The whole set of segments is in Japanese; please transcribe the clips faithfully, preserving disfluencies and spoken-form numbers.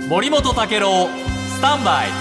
森本武郎スタンバイ。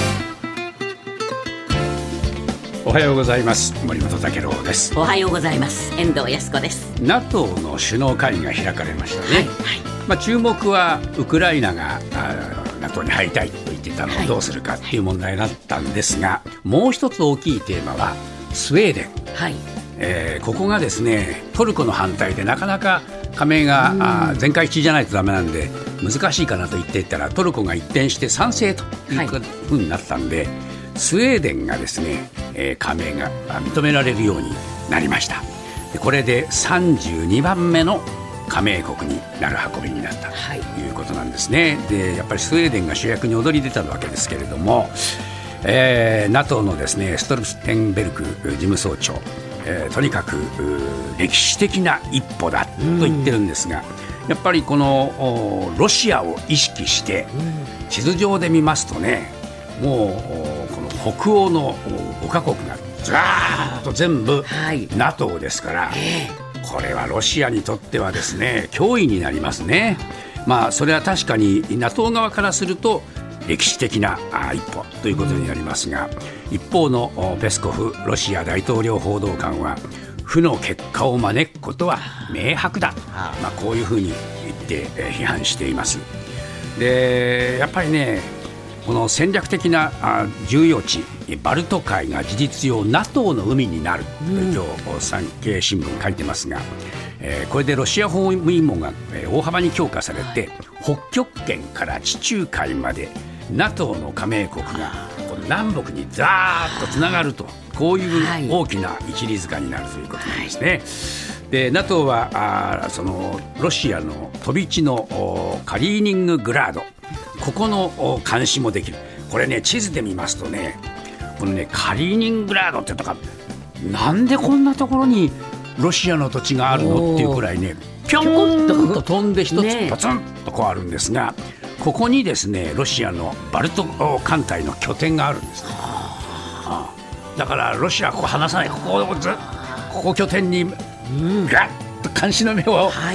おはようございます。森本武郎です。 おはようございます。遠藤康子です。 NATO の首脳会議が開かれましたね、 はいはい。 まあ、注目はウクライナが NATO に入りたいと言っていたのをどうするかっていう問題だったんですが、もう一つ大きいテーマはスウェーデン、はい。えー、ここがですねトルコの反対でなかなか加盟が全会一致じゃないとダメなんで難しいかなと言っていたら、トルコが一転して賛成というふうになったんで、はい、スウェーデンがですね、えー、加盟が認められるようになりました。でこれでさんじゅうにばんめの加盟国になる運びになったということなんですね。でやっぱりスウェーデンが主役に躍り出たわけですけれども、えー、NATO のですねストルテンベルク事務総長、えー、とにかく歴史的な一歩だと言ってるんですが、やっぱりこのロシアを意識して地図上で見ますとね、もうこの北欧のごカ国がずらーっと全部 NATO ですから、これはロシアにとってはですね脅威になりますね。まあそれは確かに NATO 側からすると歴史的な一歩ということになりますが、一方のペスコフロシア大統領報道官は負の結果を招くことは明白だ、まあ、こういうふうに言って批判しています。でやっぱりねこの戦略的な重要地バルト海が事実上 NATO の海になると今日産経新聞書いてますが、えー、これでロシア包囲網が大幅に強化されて、北極圏から地中海まで NATO の加盟国がこの南北にザーッとつながると、こういう大きな一里塚になるということなんですね。で NATO はあそのロシアの飛び地のカリーニンググラード、ここの監視もできる。これね地図で見ますとね、このねカリーニングラードってとか、なんでこんなところにロシアの土地があるのっていうくらいね、ぴょんと飛んで一つポツンとこうあるんですが、ここにですねロシアのバルト艦隊の拠点があるんです、はあ、だからロシアはここ離さない、ここをずここ拠点にガッと監視の目を、はい、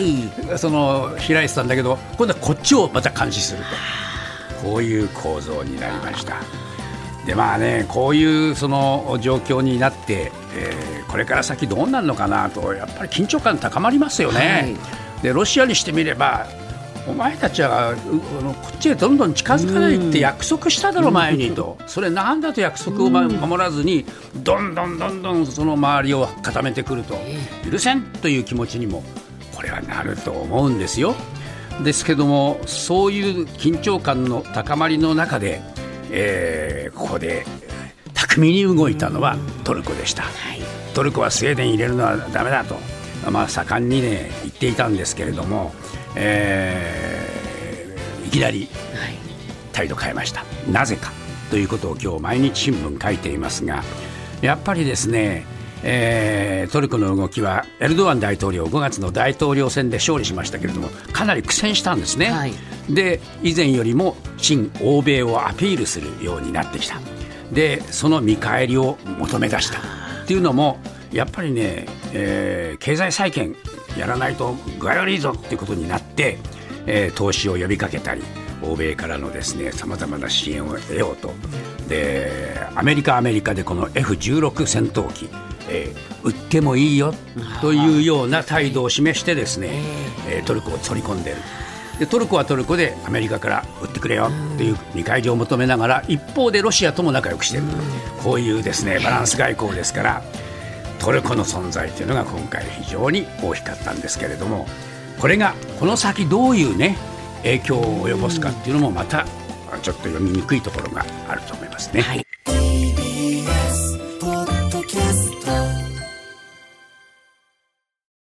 その開いてたんだけど、今度はこっちをまた監視すると、こういう構造になりました。でまあね、こういうその状況になって、えー、これから先どうなるのかなと、やっぱり緊張感高まりますよね、はい、でロシアにしてみれば、お前たちはこっちへどんどん近づかないって約束しただろ前にと、それなんだと約束を守らずにどんどんどんどんその周りを固めてくると、許せんという気持ちにもこれはなると思うんですよ。ですけども、そういう緊張感の高まりの中で、えー、ここで巧みに動いたのはトルコでした、はい、トルコはスウェーデン入れるのはダメだと、まあ、盛んにね言っていたんですけれども、えー、いきなり態度変えました。なぜかということを今日毎日新聞書いていますが、やっぱりですね、えー、トルコの動きはエルドアン大統領ごがつの大統領選で勝利しましたけれども、かなり苦戦したんですね、はい、で以前よりも親欧米をアピールするようになってきた。でその見返りを求め出したっていうのも、やっぱりね、えー、経済再建やらないと具合悪いぞっていうことになって、えー、投資を呼びかけたり、欧米からのですねさまざまな支援を得ようと、でアメリカアメリカでこの エフじゅうろく 戦闘機、えー、売ってもいいよというような態度を示してですね、えー、トルコを取り込んでいる。でトルコはトルコでアメリカから売ってくれよという見返りを求めながら、一方でロシアとも仲良くしている、こういうですねバランス外交ですから、トルコの存在というのが今回非常に大きかったんですけれども、これがこの先どういうね影響を及ぼすかっていうのもまたちょっと読みにくいところがあると思いますね、はい。